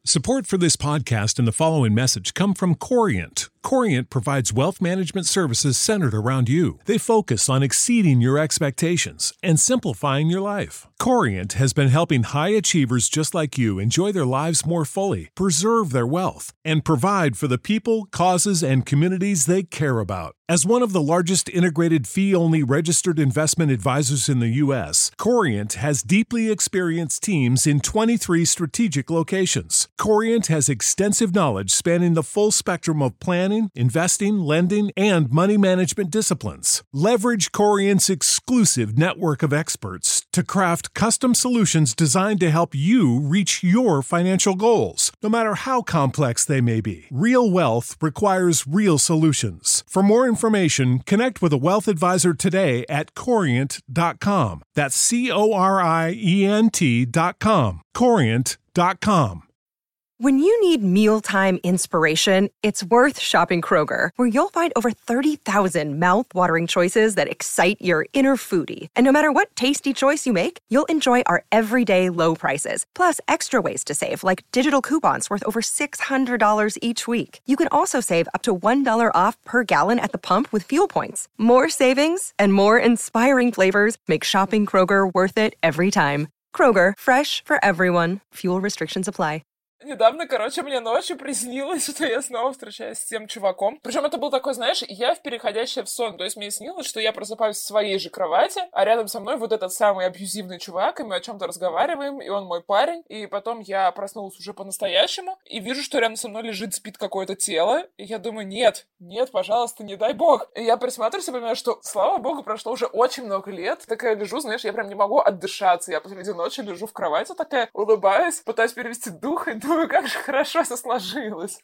Support for this podcast and the following message come from Corient. Corient provides wealth management services centered around you. They focus on exceeding your expectations and simplifying your life. Corient has been helping high achievers just like you enjoy their lives more fully, preserve their wealth, and provide for the people, causes, and communities they care about. As one of the largest integrated fee-only registered investment advisors in the U.S., Corient has deeply experienced teams in 23 strategic locations. Corient has extensive knowledge spanning the full spectrum of planning, investing, lending, and money management disciplines. Leverage Corient's exclusive network of experts to craft custom solutions designed to help you reach your financial goals, no matter how complex they may be. Real wealth requires real solutions. For more information, connect with a wealth advisor today at Corient.com. That's Corient.com. Corient.com. When you need mealtime inspiration, it's worth shopping Kroger, where you'll find over 30,000 mouth-watering choices that excite your inner foodie. And no matter what tasty choice you make, you'll enjoy our everyday low prices, plus extra ways to save, like digital coupons worth over $600 each week. You can also save up to $1 off per gallon at the pump with fuel points. More savings and more inspiring flavors make shopping Kroger worth it every time. Kroger, fresh for everyone. Fuel restrictions apply. Недавно, мне ночью приснилось, что я снова встречаюсь с тем чуваком. Причем это был такой, знаешь, я в переходящее в сон. То есть мне снилось, что я просыпаюсь в своей же кровати, а рядом со мной вот этот самый абьюзивный чувак, и мы о чем-то разговариваем, и он мой парень. И потом я проснулась уже по-настоящему, и вижу, что рядом со мной лежит, спит какое-то тело. И я думаю, нет, пожалуйста, не дай бог. И я присматриваюсь и понимаю, что, слава богу, прошло уже очень много лет. Такая лежу, знаешь, я прям не могу отдышаться. Я посреди ночи лежу в кровати такая, улыбаюсь, пытаюсь перевести дух, и думаю, как же хорошо все сложилось.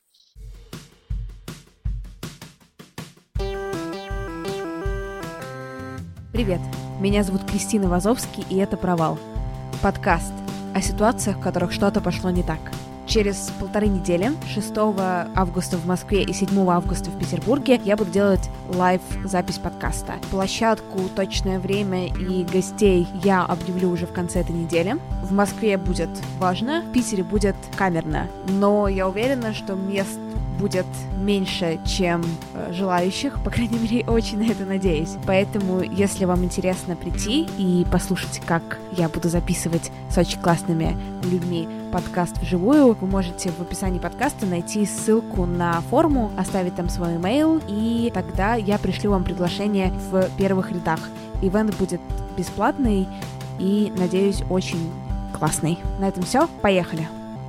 Привет, меня зовут Кристина Вазовский, и это «Провал». Подкаст о ситуациях, в которых что-то пошло не так. Через 1,5 недели, 6 августа в Москве и 7 августа в Петербурге, я буду делать лайв-запись подкаста. Площадку, точное время и гостей я объявлю уже в конце этой недели. В Москве будет важно, в Питере будет камерно, но я уверена, что мест будет меньше, чем желающих, по крайней мере, очень на это надеюсь. Поэтому, если вам интересно прийти и послушать, как я буду записывать с очень классными людьми подкаст вживую, вы можете в описании подкаста найти ссылку на форму, оставить там свой имейл, и тогда я пришлю вам приглашение в первых рядах. Ивент будет бесплатный и, надеюсь, очень классный. На этом все. Поехали!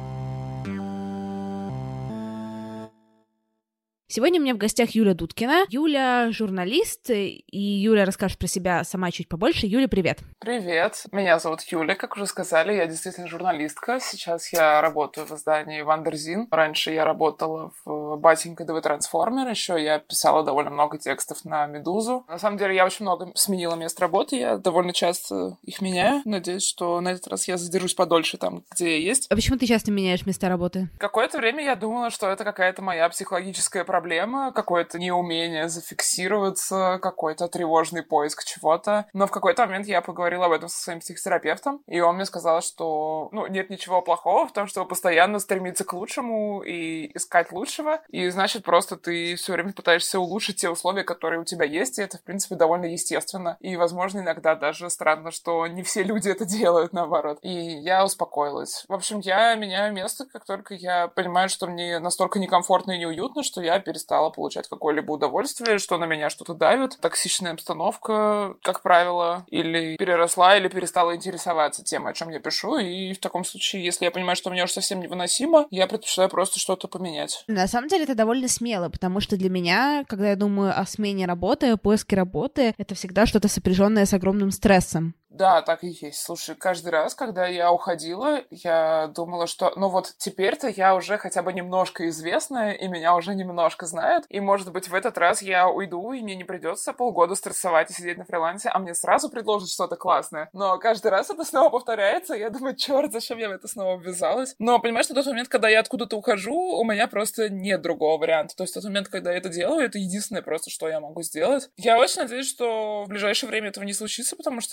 Сегодня у меня в гостях Юля Дудкина. Юля — журналист, и Юля расскажет про себя сама чуть побольше. Юля, привет. Привет, меня зовут Юля, как уже сказали, я действительно журналистка. Сейчас я работаю в издании Вандерзин. Раньше я работала в «Батенька ДВ Трансформер», еще я писала довольно много текстов на «Медузу». На самом деле я очень много сменила мест работы, я довольно часто их меняю. Надеюсь, что на этот раз я задержусь подольше там, где я есть. А почему ты часто меняешь места работы? Какое-то время я думала, что это какая-то моя психологическая проблема, какое-то неумение зафиксироваться, какой-то тревожный поиск чего-то. Но в какой-то момент я поговорила об этом со своим психотерапевтом, и он мне сказал, что нет ничего плохого в том, чтобы постоянно стремиться к лучшему и искать лучшего, и значит, просто ты все время пытаешься улучшить те условия, которые у тебя есть, и это, в принципе, довольно естественно. И, возможно, иногда даже странно, что не все люди это делают, наоборот. И я успокоилась. В общем, я меняю место, как только я понимаю, что мне настолько некомфортно и неуютно, что я перестала получать какое-либо удовольствие, что на меня что-то давит. Токсичная обстановка, как правило, или переросла, или перестала интересоваться тем, о чем я пишу. И в таком случае, если я понимаю, что мне уже совсем невыносимо, я предпочитаю просто что-то поменять. На самом деле это довольно смело, потому что для меня, когда я думаю о смене работы, о поиске работы, это всегда что-то сопряженное с огромным стрессом. Да, так и есть. Слушай, каждый раз, когда я уходила, я думала, что, теперь-то я уже хотя бы немножко известная, и меня уже немножко знают, и, может быть, в этот раз я уйду, и мне не придется полгода стрессовать и сидеть на фрилансе, а мне сразу предложат что-то классное. Но каждый раз это снова повторяется, и я думаю, черт, зачем я в это снова ввязалась? Но, понимаешь, на тот момент, когда я откуда-то ухожу, у меня просто нет другого варианта. То есть в тот момент, когда я это делаю, это единственное просто, что я могу сделать. Я очень надеюсь, что в ближайшее время этого не случится, потому что мне очень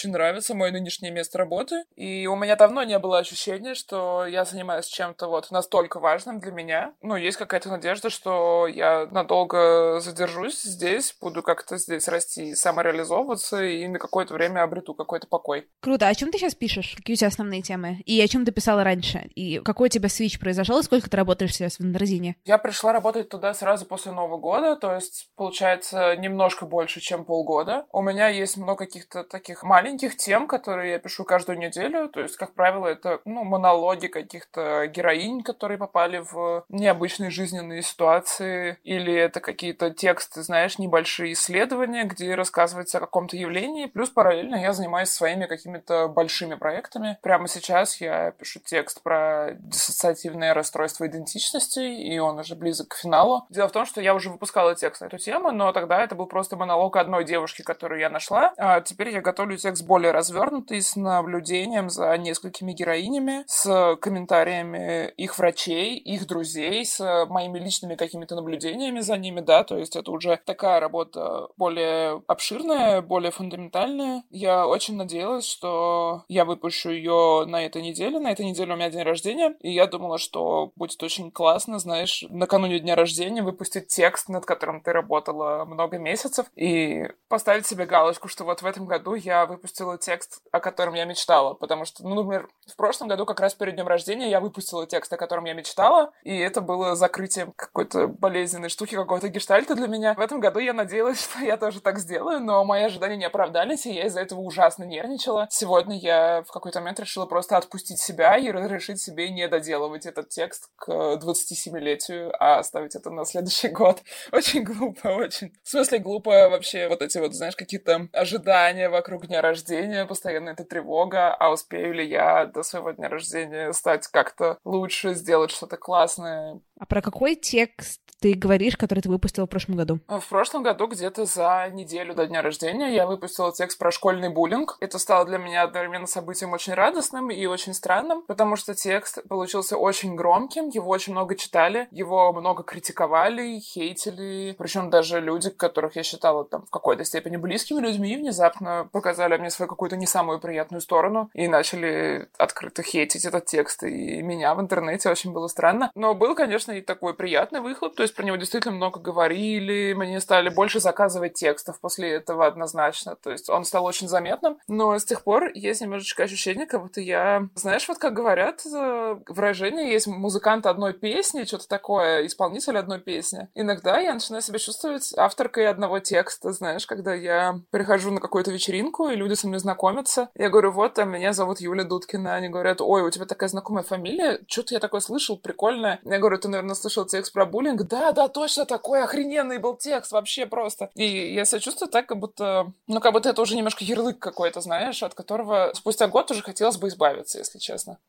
очень нравится мое нынешнее место работы, и у меня давно не было ощущения, что я занимаюсь чем-то вот настолько важным для меня. Ну, есть какая-то надежда, что я надолго задержусь здесь, буду как-то здесь расти, самореализовываться, и на какое-то время обрету какой-то покой. Круто. А о чем ты сейчас пишешь? Какие у тебя основные темы? И о чем ты писала раньше? И какой у тебя свитч произошел? И сколько ты работаешь сейчас в Индрозине? Я пришла работать туда сразу после Нового года, то есть, получается, немножко больше, чем полгода. У меня есть много каких-то таких маленьких тем, которые я пишу каждую неделю. То есть, как правило, это монологи каких-то героинь, которые попали в необычные жизненные ситуации. Или это какие-то тексты, знаешь, небольшие исследования, где рассказывается о каком-то явлении. Плюс параллельно я занимаюсь своими какими-то большими проектами. Прямо сейчас я пишу текст про диссоциативное расстройство идентичности, и он уже близок к финалу. Дело в том, что я уже выпускала текст на эту тему, но тогда это был просто монолог одной девушки, которую я нашла. А теперь я готовлю текст более развернутый, с наблюдением за несколькими героинями, с комментариями их врачей, их друзей, с моими личными какими-то наблюдениями за ними, да, то есть это уже такая работа более обширная, более фундаментальная. Я очень надеялась, что я выпущу ее на этой неделе. На этой неделе у меня день рождения, и я думала, что будет очень классно, знаешь, накануне дня рождения выпустить текст, над которым ты работала много месяцев, и поставить себе галочку, что вот в этом году я выпустила текст, о котором я мечтала, потому что, например, в прошлом году как раз перед днем рождения я выпустила текст, о котором я мечтала, и это было закрытием какой-то болезненной штуки, какого-то гештальта для меня. В этом году я надеялась, что я тоже так сделаю, но мои ожидания не оправдались, и я из-за этого ужасно нервничала. Сегодня я в какой-то момент решила просто отпустить себя и разрешить себе не доделывать этот текст к 27-летию, а оставить это на следующий год. Очень глупо, очень. В смысле, глупо вообще вот эти вот, знаешь, какие-то ожидания вокруг дня рождения, постоянно эта тревога, а успею ли я до своего дня рождения стать как-то лучше, сделать что-то классное. А про какой текст ты говоришь, который ты выпустила в прошлом году? В прошлом году, где-то за неделю до дня рождения, я выпустила текст про школьный буллинг. Это стало для меня одновременно событием очень радостным и очень странным, потому что текст получился очень громким, его очень много читали, его много критиковали, хейтили, причем даже люди, которых я считала там в какой-то степени близкими людьми, внезапно показали мне свою какую-то не самую приятную сторону и начали открыто хейтить этот текст, и меня в интернете очень было странно. Но был, конечно, и такой приятный выхлоп, то есть про него действительно много говорили, мне стали больше заказывать текстов после этого однозначно, то есть он стал очень заметным, но с тех пор есть немножечко ощущение, как будто я, знаешь, вот как говорят, выражение есть музыкант одной песни, что-то такое, исполнитель одной песни. Иногда я начинаю себя чувствовать авторкой одного текста, знаешь, когда я прихожу на какую-то вечеринку, и люди со мной знакомятся, я говорю, вот, там, меня зовут Юля Дудкина, они говорят, ой, у тебя такая знакомая фамилия, что-то я такое слышал, прикольное. Я говорю, ты, наверное, слышал текст про буллинг? Да, точно, такой охрененный был текст, вообще просто. И я себя чувствую так, как будто это уже немножко ярлык какой-то, знаешь, от которого спустя год уже хотелось бы избавиться, если честно.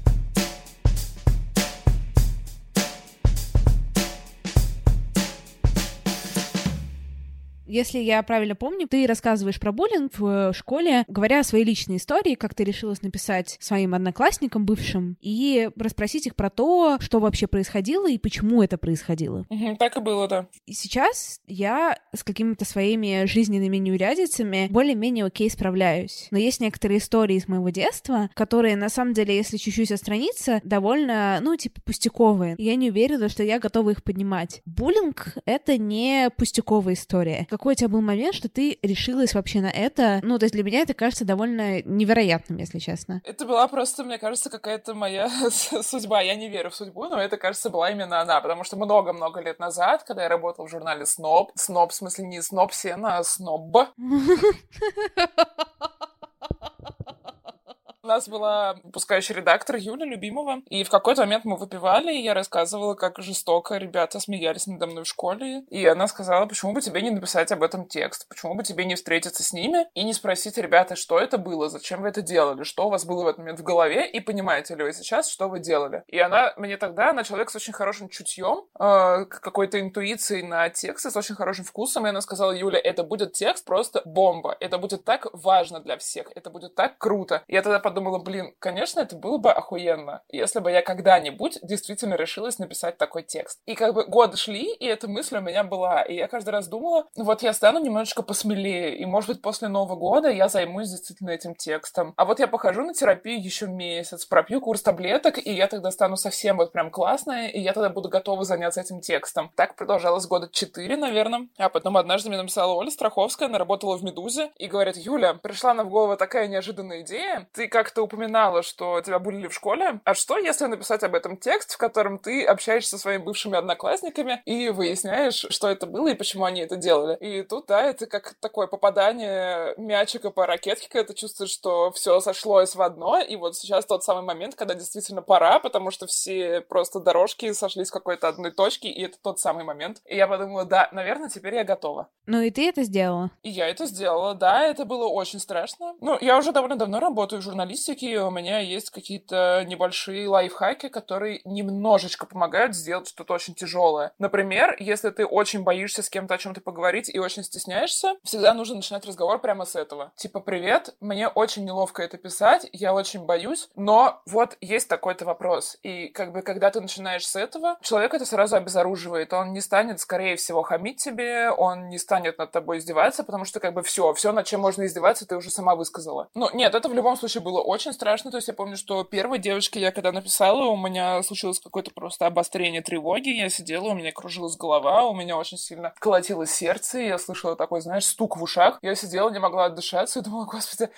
Если я правильно помню, ты рассказываешь про буллинг в школе, говоря о своей личной истории, как ты решилась написать своим одноклассникам бывшим и расспросить их про то, что вообще происходило и почему это происходило. Так и было, да. И сейчас я с какими-то своими жизненными неурядицами более-менее окей справляюсь. Но есть некоторые истории из моего детства, которые, на самом деле, если чуть-чуть отстраниться, довольно, пустяковые. И я не уверена, что я готова их поднимать. Буллинг — это не пустяковая история. Какой у тебя был момент, что ты решилась вообще на это? То есть для меня это кажется довольно невероятным, если честно. Это была просто, мне кажется, какая-то моя судьба. Я не верю в судьбу, но это, кажется, была именно она. Потому что много-много лет назад, когда я работала в журнале «Сноб», в смысле не «Сноб Сена», а «Сноб», у нас была выпускающий редактор Юля Любимова, и в какой-то момент мы выпивали, и я рассказывала, как жестоко ребята смеялись надо мной в школе, и она сказала, почему бы тебе не написать об этом текст, почему бы тебе не встретиться с ними и не спросить, ребята, что это было, зачем вы это делали, что у вас было в этот момент в голове, и понимаете ли вы сейчас, что вы делали. И она человек с очень хорошим чутьем, какой-то интуицией на тексты, с очень хорошим вкусом, и она сказала, Юля, это будет текст просто бомба, это будет так важно для всех, это будет так круто. И я тогда подумала, подумала, конечно, это было бы охуенно, если бы я когда-нибудь действительно решилась написать такой текст. И как бы годы шли, и эта мысль у меня была. И я каждый раз думала, вот я стану немножечко посмелее, и, может быть, после Нового года я займусь действительно этим текстом. А вот я похожу на терапию еще месяц, пропью курс таблеток, и я тогда стану совсем вот прям классная, и я тогда буду готова заняться этим текстом. Так продолжалось года 4, наверное. А потом однажды мне написала Оля Страховская, она работала в «Медузе», и говорит: Юля, пришла нам в голову такая неожиданная идея. Ты как-то упоминала, что тебя булили в школе. А что, если написать об этом текст, в котором ты общаешься со своими бывшими одноклассниками и выясняешь, что это было и почему они это делали? И тут, да, это как такое попадание мячика по ракетке, когда ты чувствуешь, что все сошлось в одно, и вот сейчас тот самый момент, когда действительно пора, потому что все просто дорожки сошлись в какой-то одной точке, и это тот самый момент. И я подумала, да, наверное, теперь я готова. Ну и ты это сделала? И я это сделала, да, это было очень страшно. Ну, я уже довольно давно работаю в журналистике, и у меня есть какие-то небольшие лайфхаки, которые немножечко помогают сделать что-то очень тяжелое. Например, если ты очень боишься с кем-то о чем-то поговорить и очень стесняешься, всегда нужно начинать разговор прямо с этого. Типа: привет, мне очень неловко это писать, я очень боюсь, но вот есть такой-то вопрос. И как бы когда ты начинаешь с этого, человек это сразу обезоруживает. Он не станет, скорее всего, хамить тебе, он не станет над тобой издеваться, потому что как бы все, над чем можно издеваться, ты уже сама высказала. Ну, нет, это в любом случае было очень страшно. То есть я помню, что первой девочке я когда написала, у меня случилось какое-то просто обострение тревоги. Я сидела, у меня кружилась голова, у меня очень сильно колотилось сердце, и я слышала такой, знаешь, стук в ушах. Я сидела, не могла отдышаться и думала: господи,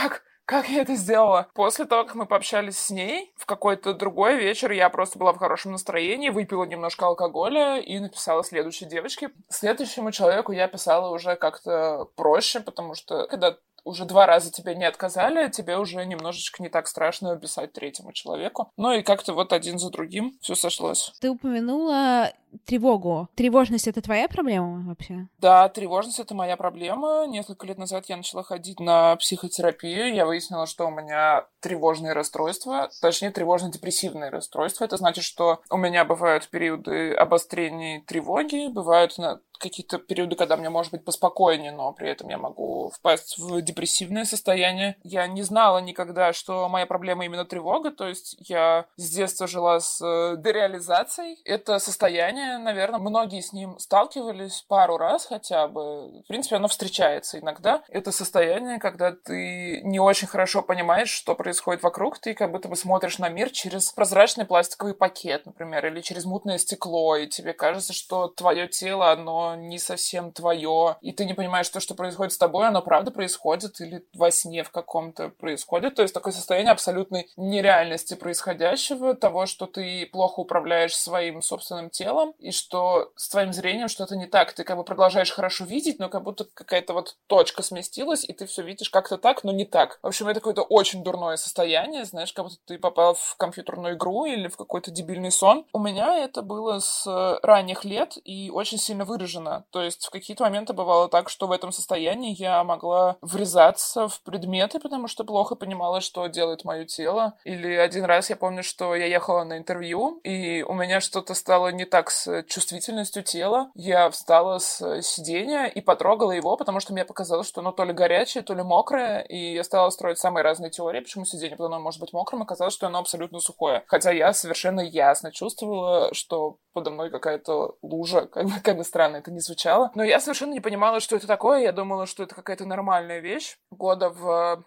как я это сделала? После того, как мы пообщались с ней, в какой-то другой вечер я просто была в хорошем настроении, выпила немножко алкоголя и написала следующей девочке. Следующему человеку я писала уже как-то проще, потому что когда уже 2 раза тебе не отказали, тебе уже немножечко не так страшно писать третьему человеку. Ну и как-то вот один за другим все сошлось. Ты упомянула тревогу. Тревожность — это твоя проблема вообще? Да, тревожность — это моя проблема. Несколько лет назад я начала ходить на психотерапию. Я выяснила, что у меня тревожные расстройства, точнее, тревожно-депрессивные расстройства. Это значит, что у меня бывают периоды обострений тревоги, бывают какие-то периоды, когда мне может быть поспокойнее, но при этом я могу впасть в депрессивное состояние. Я не знала никогда, что моя проблема именно тревога, то есть я с детства жила с дереализацией. Это состояние, наверное, многие с ним сталкивались пару раз хотя бы. В принципе, оно встречается иногда. Это состояние, когда ты не очень хорошо понимаешь, что происходит вокруг, ты как будто бы смотришь на мир через прозрачный пластиковый пакет, например, или через мутное стекло, и тебе кажется, что твое тело, оно не совсем твое, и ты не понимаешь, что происходит с тобой, оно правда происходит или во сне в каком-то происходит. То есть такое состояние абсолютной нереальности происходящего, того, что ты плохо управляешь своим собственным телом, и что с твоим зрением что-то не так. Ты как бы продолжаешь хорошо видеть, но как будто какая-то вот точка сместилась, и ты все видишь как-то так, но не так. В общем, это какое-то очень дурное состояние, знаешь, как будто ты попал в компьютерную игру или в какой-то дебильный сон. У меня это было с ранних лет и очень сильно выражено. То есть в какие-то моменты бывало так, что в этом состоянии я могла врезаться в предметы, потому что плохо понимала, что делает мое тело. Или один раз я помню, что я ехала на интервью, и у меня что-то стало не так с чувствительностью тела. Я встала с сиденья и потрогала его, потому что мне показалось, что оно то ли горячее, то ли мокрое, и я стала строить самые разные теории, почему сиденье оно может быть мокрым, оказалось, что оно абсолютно сухое. Хотя я совершенно ясно чувствовала, что подо мной какая-то лужа, как бы странно это не звучало. Но я совершенно не понимала, что это такое. Я думала, что это какая-то нормальная вещь. Года в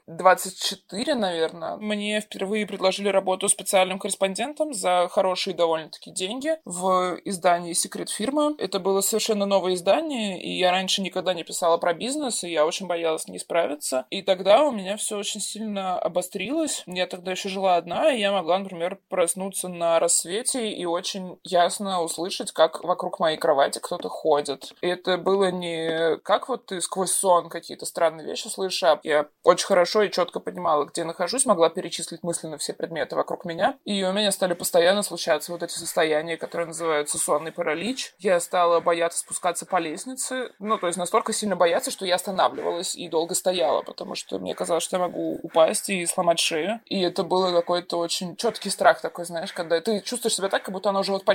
24, наверное, мне впервые предложили работу специальным корреспондентом за хорошие довольно-таки деньги в издании «Секрет фирмы». Это было совершенно новое издание, и я раньше никогда не писала про бизнес, и я очень боялась не справиться. И тогда у меня все очень сильно обострилось. Я тогда еще жила одна, и я могла, например, проснуться на рассвете и очень ясно услышать, как вокруг моей кровати кто-то ходит. И это было не как вот ты сквозь сон какие-то странные вещи слышишь, а я очень хорошо и четко понимала, где нахожусь, могла перечислить мысленно все предметы вокруг меня. И у меня стали постоянно случаться вот эти состояния, которые называются сонный паралич. Я стала бояться спускаться по лестнице. Ну, то есть настолько сильно бояться, что я останавливалась и долго стояла, потому что мне казалось, что я могу упасть и сломать шею. И это было какой-то очень четкий страх такой, знаешь, когда ты чувствуешь себя так, как будто оно уже вот почти случайно.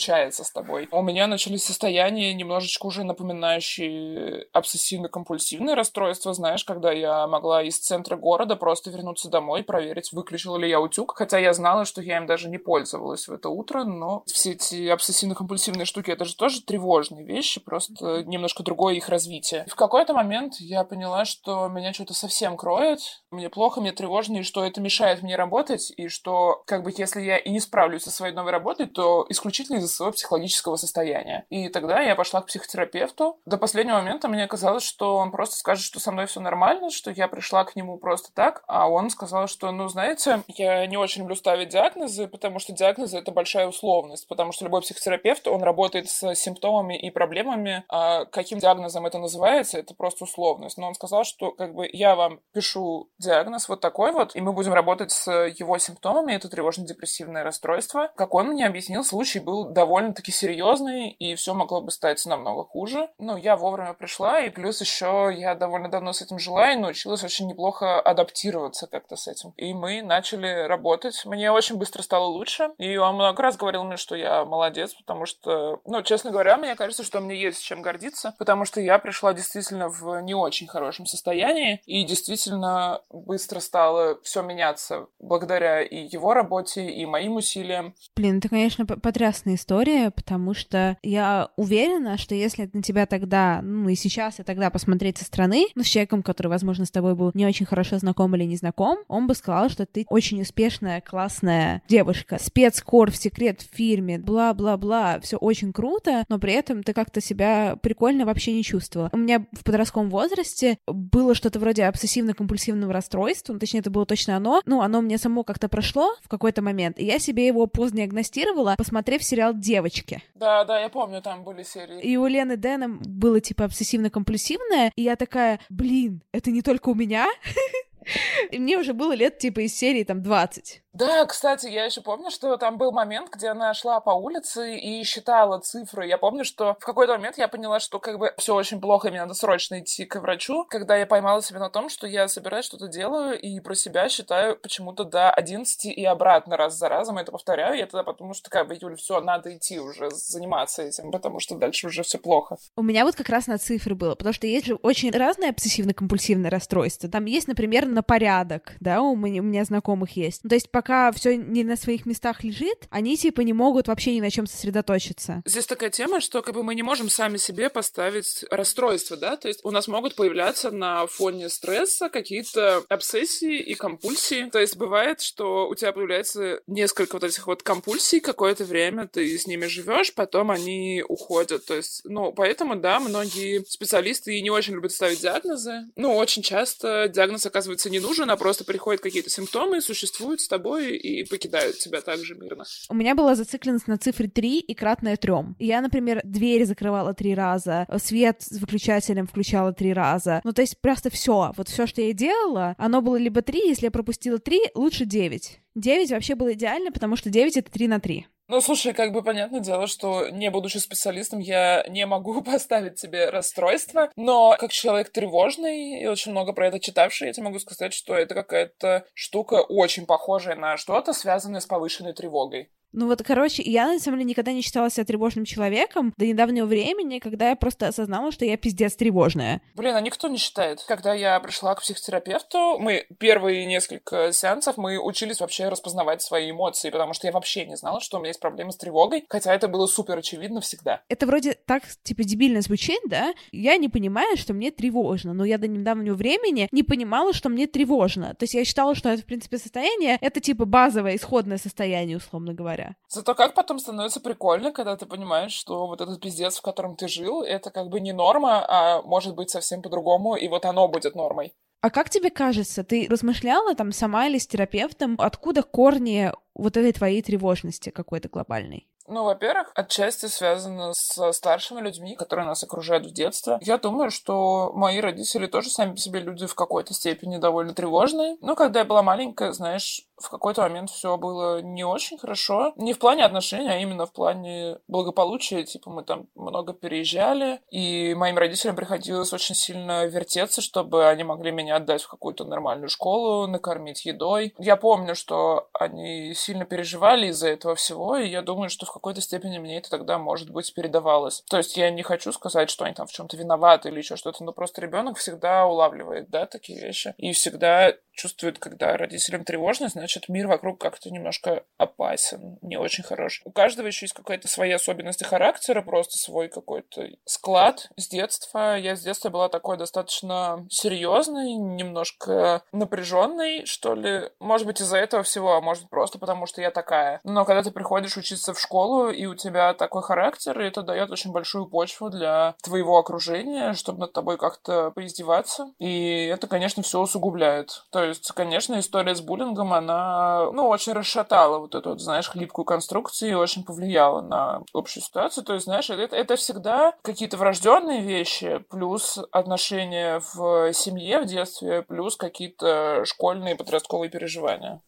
случается с тобой. У меня начались состояния, немножечко уже напоминающие обсессивно-компульсивное расстройство, знаешь, когда я могла из центра города просто вернуться домой, проверить, выключила ли я утюг, хотя я знала, что я им даже не пользовалась в это утро, но все эти обсессивно-компульсивные штуки, это же тоже тревожные вещи, просто немножко другое их развитие. И в какой-то момент я поняла, что меня что-то совсем кроет, мне плохо, мне тревожно, и что это мешает мне работать, и что, как бы, если я и не справлюсь со своей новой работой, то исключительно из-за своего психологического состояния. И тогда я пошла к психотерапевту. До последнего момента мне казалось, что он просто скажет, что со мной все нормально, что я пришла к нему просто так, а он сказал, что, ну, знаете, я не очень люблю ставить диагнозы, потому что диагнозы — это большая условность, потому что любой психотерапевт, он работает с симптомами и проблемами, а каким диагнозом это называется, это просто условность. Но он сказал, что, как бы, я вам пишу диагноз вот такой вот, и мы будем работать с его симптомами, это тревожно-депрессивное расстройство. Как он мне объяснил, случай был довольно-таки серьезный, и все могло бы стать намного хуже. Ну, я вовремя пришла, и плюс еще я довольно давно с этим жила и научилась очень неплохо адаптироваться как-то с этим. И мы начали работать. Мне очень быстро стало лучше, и он много раз говорил мне, что я молодец, потому что, ну, честно говоря, мне кажется, что мне есть чем гордиться, потому что я пришла действительно в не очень хорошем состоянии, и действительно быстро стало все меняться благодаря и его работе, и моим усилиям. Блин, это, конечно, потрясная история, потому что я уверена, что если на тебя тогда, ну и сейчас, и тогда посмотреть со стороны, ну, с человеком, который, возможно, с тобой был не очень хорошо знаком или не знаком, он бы сказал, что ты очень успешная, классная девушка, спецкор в секрет в фирме, бла-бла-бла, все очень круто, но при этом ты как-то себя прикольно вообще не чувствовала. У меня в подростковом возрасте было что-то вроде обсессивно-компульсивного расстройства, ну, точнее, это было точно оно, ну, оно мне само как-то прошло в какой-то момент, и я себе его поздно-диагностировала, посмотрев сериал «Девочки». Да, я помню, там были серии. И у Лены Дэном было, типа, обсессивно-компульсивное, и я такая, блин, это не только у меня? И мне уже было лет, типа, из серии, там, 20. Да, кстати, я еще помню, что там был момент, где она шла по улице и считала цифры. Я помню, что в какой-то момент я поняла, что как бы все очень плохо, и мне надо срочно идти к врачу, когда я поймала себя на том, что я собираюсь что-то делаю и про себя считаю почему-то до 11 и обратно раз за разом это повторяю. Я тогда потому что, как бы, Юля, все, надо идти уже заниматься этим, потому что дальше уже все плохо. У меня вот как раз на цифры было, потому что есть же очень разные обсессивно-компульсивные расстройства. Там есть, например, на порядок, да, у меня знакомых есть. Ну, то есть пока все не на своих местах лежит, они типа не могут вообще ни на чем сосредоточиться. Здесь такая тема, что как бы мы не можем сами себе поставить расстройство, да, то есть у нас могут появляться на фоне стресса какие-то обсессии и компульсии. То есть бывает, что у тебя появляется несколько вот этих вот компульсий, какое-то время ты с ними живешь, потом они уходят. То есть, ну, поэтому, да, многие специалисты не очень любят ставить диагнозы. Ну, очень часто диагноз оказывается не нужен, а просто приходят какие-то симптомы, существуют с тобой и покидают тебя так же мирно. У меня была зацикленность на цифре 3 и кратное 3. Я, например, дверь закрывала 3 раза, свет с выключателем включала 3 раза. Ну, то есть просто все. Вот все, что я делала, оно было либо 3, если я пропустила 3, лучше 9. 9 вообще было идеально, потому что 9 — это 3 на 3. Ну, слушай, как бы понятное дело, что не будучи специалистом, я не могу поставить себе расстройство, но как человек тревожный и очень много про это читавший, я тебе могу сказать, что это какая-то штука очень похожая на что-то, связанное с повышенной тревогой. Ну вот, короче, я, на самом деле, никогда не считала себя тревожным человеком до недавнего времени, когда я просто осознала, что я пиздец тревожная. Блин, а никто не считает. Когда я пришла к психотерапевту, мы первые несколько сеансов мы учились вообще распознавать свои эмоции, потому что я вообще не знала, что у меня есть проблемы с тревогой, хотя это было супер очевидно всегда. Это вроде так, типа, дебильно звучит, да? Я не понимаю, что мне тревожно, но я до недавнего времени не понимала, что мне тревожно. То есть я считала, что это, в принципе, состояние, это, типа, базовое, исходное состояние, условно говоря. Зато как потом становится прикольно, когда ты понимаешь, что вот этот пиздец, в котором ты жил, это как бы не норма, а может быть совсем по-другому, и вот оно будет нормой. А как тебе кажется, ты размышляла там сама или с терапевтом, откуда корни вот этой твоей тревожности какой-то глобальной? Ну, во-первых, отчасти связано с старшими людьми, которые нас окружают в детстве. Я думаю, что мои родители тоже сами по себе люди в какой-то степени довольно тревожные. Ну, когда я была маленькая, знаешь, в какой-то момент все было не очень хорошо. Не в плане отношений, а именно в плане благополучия. Типа мы там много переезжали, и моим родителям приходилось очень сильно вертеться, чтобы они могли меня отдать в какую-то нормальную школу, накормить едой. Я помню, что они сильно переживали из-за этого всего, и я думаю, что в какой-то степени мне это тогда, может быть, передавалось. То есть я не хочу сказать, что они там в чем-то виноваты или еще что-то, но просто ребенок всегда улавливает, да, такие вещи. И всегда чувствует, когда родителям тревожно, значит, мир вокруг как-то немножко опасен, не очень хорош. У каждого еще есть какая-то свои особенности характера, просто свой какой-то склад с детства. Я с детства была такой достаточно серьезной, немножко напряженной, что ли. Может быть, из-за этого всего, а может просто потому, что я такая. Но когда ты приходишь учиться в школу, и у тебя такой характер, это дает очень большую почву для твоего окружения, чтобы над тобой как-то поиздеваться. И это, конечно, все усугубляет. То есть, конечно, история с буллингом, она, очень расшатала вот эту, знаешь, хлипкую конструкцию и очень повлияла на общую ситуацию. То есть, знаешь, это всегда какие-то врожденные вещи, плюс отношения в семье в детстве, плюс какие-то школьные подростковые переживания.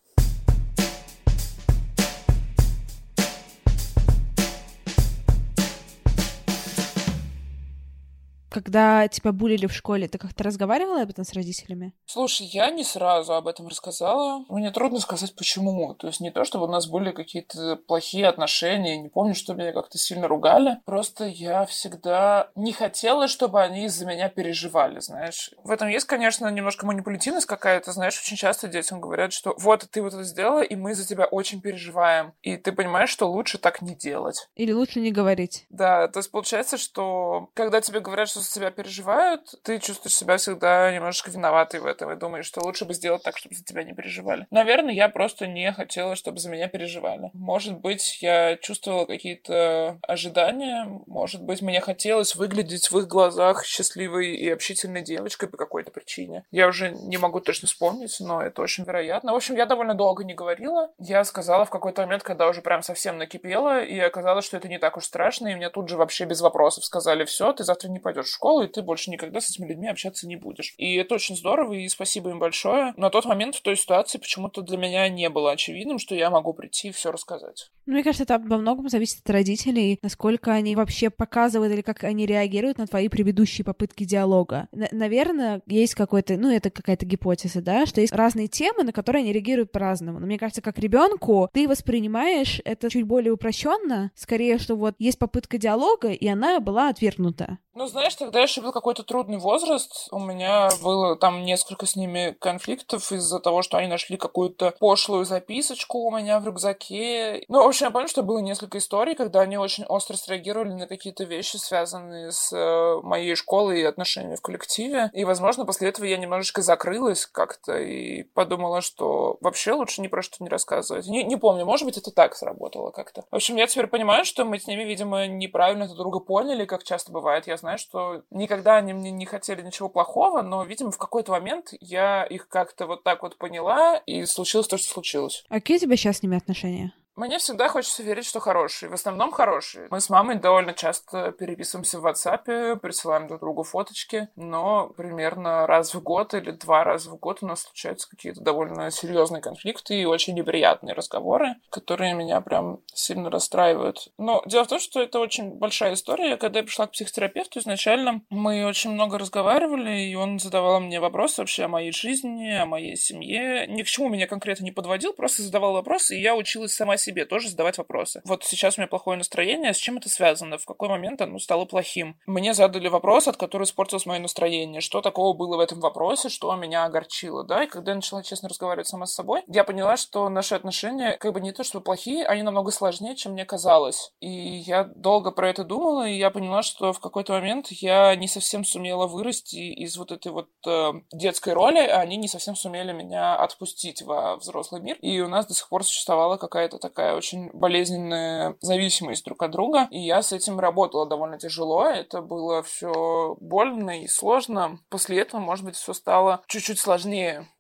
Когда тебя булили в школе, ты как-то разговаривала об этом с родителями? Слушай, я не сразу об этом рассказала. Мне трудно сказать, почему. То есть не то, чтобы у нас были какие-то плохие отношения, не помню, что меня как-то сильно ругали. Просто я всегда не хотела, чтобы они из-за меня переживали, знаешь. В этом есть, конечно, немножко манипулятивность какая-то, знаешь, очень часто детям говорят, что вот ты вот это сделала, и мы за тебя очень переживаем. И ты понимаешь, что лучше так не делать. Или лучше не говорить. Да, то есть получается, что когда тебе говорят, что за тебя переживают, ты чувствуешь себя всегда немножко виноватой в этом и думаешь, что лучше бы сделать так, чтобы за тебя не переживали. Наверное, я просто не хотела, чтобы за меня переживали. Может быть, я чувствовала какие-то ожидания, может быть, мне хотелось выглядеть в их глазах счастливой и общительной девочкой по какой-то причине. Я уже не могу точно вспомнить, но это очень вероятно. В общем, я довольно долго не говорила. Я сказала в какой-то момент, когда уже прям совсем накипела, и оказалось, что это не так уж страшно, и мне тут же вообще без вопросов сказали: все, ты завтра не пойдешь в школу, и ты больше никогда с этими людьми общаться не будешь. И это очень здорово, и спасибо им большое. На тот момент в той ситуации почему-то для меня не было очевидным, что я могу прийти и все рассказать. Мне кажется, это во многом зависит от родителей, насколько они вообще показывают или как они реагируют на твои предыдущие попытки диалога. Наверное, есть какой-то, это какая-то гипотеза, да, что есть разные темы, на которые они реагируют по-разному. Но мне кажется, как ребенку ты воспринимаешь это чуть более упрощенно, скорее, что вот есть попытка диалога, и она была отвергнута. Знаешь, тогда еще был какой-то трудный возраст. У меня было там несколько с ними конфликтов из-за того, что они нашли какую-то пошлую записочку у меня в рюкзаке. В общем, я помню, что было несколько историй, когда они очень остро среагировали на какие-то вещи, связанные с моей школой и отношениями в коллективе. И, возможно, после этого я немножечко закрылась как-то и подумала, что вообще лучше ни про что не рассказывать. Не помню, может быть, это так сработало как-то. В общем, я теперь понимаю, что мы с ними, видимо, неправильно друг друга поняли, как часто бывает. Я знаю, что никогда они мне не хотели ничего плохого, но, видимо, в какой-то момент я их как-то вот так вот поняла, и случилось то, что случилось. А какие у тебя сейчас с ними отношения? Мне всегда хочется верить, что хорошие. В основном хорошие. Мы с мамой довольно часто переписываемся в WhatsApp, присылаем друг другу фоточки, но примерно раз в год или 2 раза в год у нас случаются какие-то довольно серьезные конфликты и очень неприятные разговоры, которые меня прям сильно расстраивают. Но дело в том, что это очень большая история. Когда я пришла к психотерапевту, изначально мы очень много разговаривали, и он задавал мне вопросы вообще о моей жизни, о моей семье. Ни к чему меня конкретно не подводил, просто задавал вопросы, и я училась сама себе тоже задавать вопросы. Вот сейчас у меня плохое настроение, с чем это связано? В какой момент оно стало плохим? Мне задали вопрос, от которого испортилось мое настроение. Что такого было в этом вопросе, что меня огорчило, да? И когда я начала честно разговаривать сама с собой, я поняла, что наши отношения как бы не то чтобы плохие, они намного сложнее, чем мне казалось. И я долго про это думала, и я поняла, что в какой-то момент я не совсем сумела вырасти из вот этой вот детской роли, а они не совсем сумели меня отпустить во взрослый мир. И у нас до сих пор существовала какая-то такая очень болезненная зависимость друг от друга, и я с этим работала довольно тяжело, это было все больно и сложно. После этого, может быть, все стало чуть-чуть сложнее.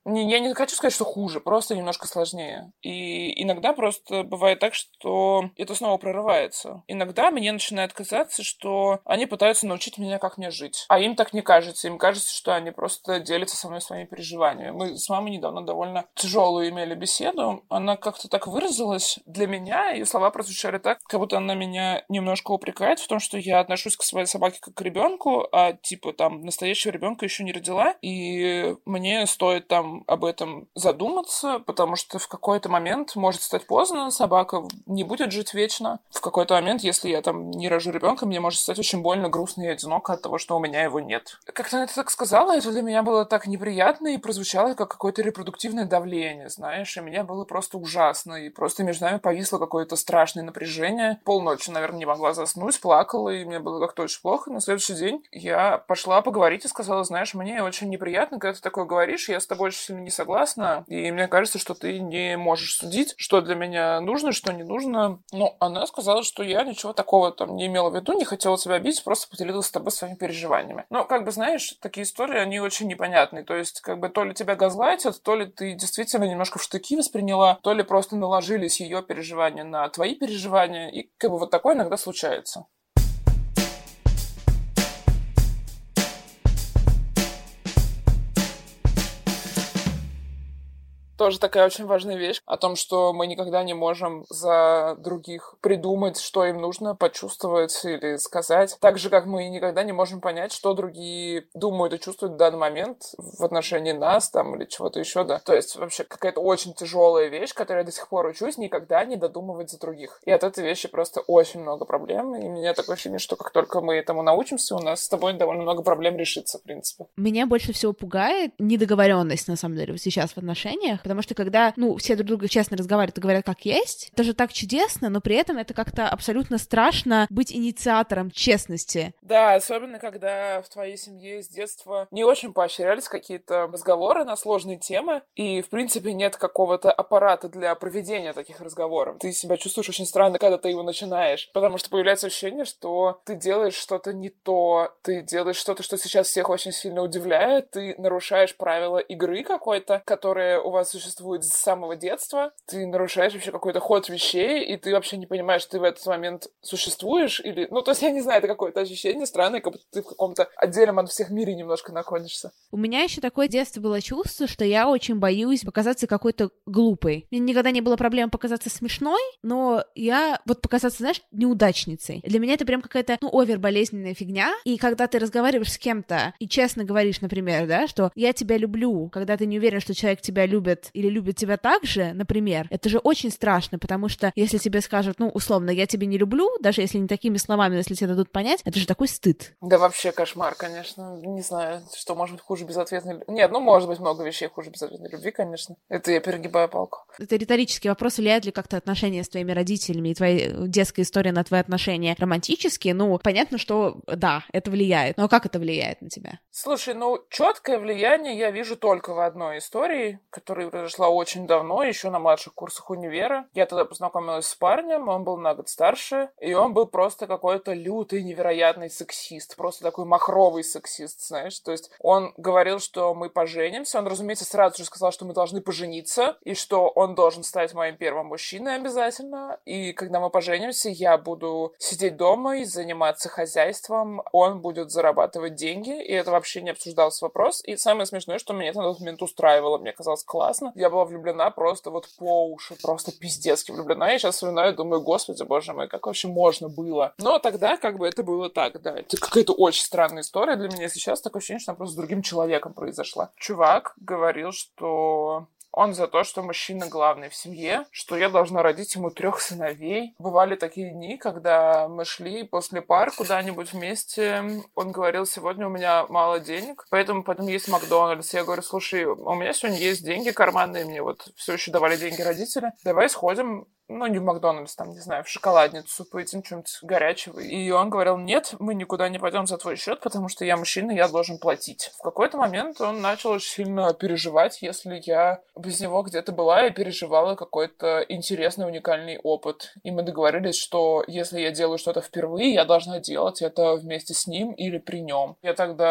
Я не хочу сказать, что хуже, просто немножко сложнее. И иногда просто бывает так, что это снова прорывается. Иногда мне начинает казаться, что они пытаются научить меня, как мне жить. А им так не кажется. Им кажется, что они просто делятся со мной своими переживаниями. Мы с мамой недавно довольно тяжелую имели беседу. Она как-то так выразилась для меня, и слова прозвучали так, как будто она меня немножко упрекает в том, что я отношусь к своей собаке как к ребенку, а типа там настоящего ребенка еще не родила, и мне стоит там об этом задуматься, потому что в какой-то момент может стать поздно, собака не будет жить вечно. В какой-то момент, если я там не рожу ребенка, мне может стать очень больно, грустно и одиноко от того, что у меня его нет. Как-то она это так сказала, это для меня было так неприятно и прозвучало как какое-то репродуктивное давление, знаешь, и мне было просто ужасно, и просто между нами повисло какое-то страшное напряжение. Полночи, наверное, не могла заснуть, плакала, и мне было как-то очень плохо. На следующий день я пошла поговорить и сказала: знаешь, мне очень неприятно, когда ты такое говоришь, я с тобой очень сильно не согласна, и мне кажется, что ты не можешь судить, что для меня нужно, что не нужно. Но она сказала, что я ничего такого там не имела в виду, не хотела тебя обидеть, просто поделилась с тобой своими переживаниями. Но, как бы, знаешь, такие истории, они очень непонятные. То есть, как бы, то ли тебя газлайтят, то ли ты действительно немножко в штыки восприняла, то ли просто наложились ее переживания на твои переживания, и, как бы, вот такое иногда случается. Тоже такая очень важная вещь о том, что мы никогда не можем за других придумать, что им нужно почувствовать или сказать. Так же, как мы никогда не можем понять, что другие думают и чувствуют в данный момент в отношении нас там или чего-то еще, да. То есть вообще какая-то очень тяжелая вещь, которую я до сих пор учусь, никогда не додумывать за других. И от этой вещи просто очень много проблем. И у меня такое ощущение, что как только мы этому научимся, у нас с тобой довольно много проблем решится, в принципе. Меня больше всего пугает недоговоренность, на самом деле, вот сейчас в отношениях, потому что когда, все друг друга честно разговаривают и говорят как есть, это же так чудесно, но при этом это как-то абсолютно страшно быть инициатором честности. Да, особенно когда в твоей семье с детства не очень поощрялись какие-то разговоры на сложные темы, и, в принципе, нет какого-то аппарата для проведения таких разговоров. Ты себя чувствуешь очень странно, когда ты его начинаешь, потому что появляется ощущение, что ты делаешь что-то не то, ты делаешь что-то, что сейчас всех очень сильно удивляет, ты нарушаешь правила игры какой-то, которые у вас существуют с самого детства, ты нарушаешь вообще какой-то ход вещей, и ты вообще не понимаешь, ты в этот момент существуешь или... то есть, я не знаю, это какое-то ощущение странное, как будто ты в каком-то отдельном от всех мире немножко находишься. У меня еще такое детство было чувство, что я очень боюсь показаться какой-то глупой. У меня никогда не было проблем показаться смешной, но я показаться, знаешь, неудачницей. Для меня это прям какая-то, оверболезненная фигня, и когда ты разговариваешь с кем-то и честно говоришь, например, да, что я тебя люблю, когда ты не уверен, что человек тебя любит или любит тебя так же, например, это же очень страшно, потому что если тебе скажут, условно, я тебя не люблю, даже если не такими словами, но если тебе дадут понять, это же такой стыд. Да вообще кошмар, конечно. Не знаю, что может быть хуже безответной любви. Нет, может быть много вещей хуже безответной любви, конечно. Это я перегибаю палку. Это риторический вопрос, влияет ли как-то отношения с твоими родителями и твоя детская история на твои отношения романтические? Понятно, что да, это влияет. Но как это влияет на тебя? Слушай, четкое влияние я вижу только в одной истории, которая произошла очень давно, еще на младших курсах универа. Я тогда познакомилась с парнем, он был на год старше, и он был просто какой-то лютый, невероятный сексист, просто такой махровый сексист, знаешь. То есть он говорил, что мы поженимся, он, разумеется, сразу же сказал, что мы должны пожениться, и что он должен стать моим первым мужчиной обязательно, и когда мы поженимся, я буду сидеть дома и заниматься хозяйством, он будет зарабатывать деньги, и это вообще не обсуждался вопрос. И самое смешное, что меня это на тот момент устраивало, мне казалось классно. Я была влюблена просто по уши, просто пиздецки влюблена. Я сейчас вспоминаю, думаю, господи, боже мой, как вообще можно было? Но тогда это было так, да. Это какая-то очень странная история для меня. Сейчас такое ощущение, что она просто с другим человеком произошла. Чувак говорил, что он за то, что мужчина главный в семье, что я должна родить ему 3 сыновей. Бывали такие дни, когда мы шли после пар куда-нибудь вместе. Он говорил, сегодня у меня мало денег, поэтому потом есть Макдональдс. Я говорю, слушай, у меня сегодня есть деньги карманные, мне все еще давали деньги родители. Давай сходим, не в Макдональдс, там, не знаю, в шоколадницу, поедим что-нибудь горячего. И он говорил, нет, мы никуда не пойдем за твой счет, потому что я мужчина, я должен платить. В какой-то момент он начал очень сильно переживать, если я без него где-то была и переживала какой-то интересный, уникальный опыт. И мы договорились, что если я делаю что-то впервые, я должна делать это вместе с ним или при нем. Я тогда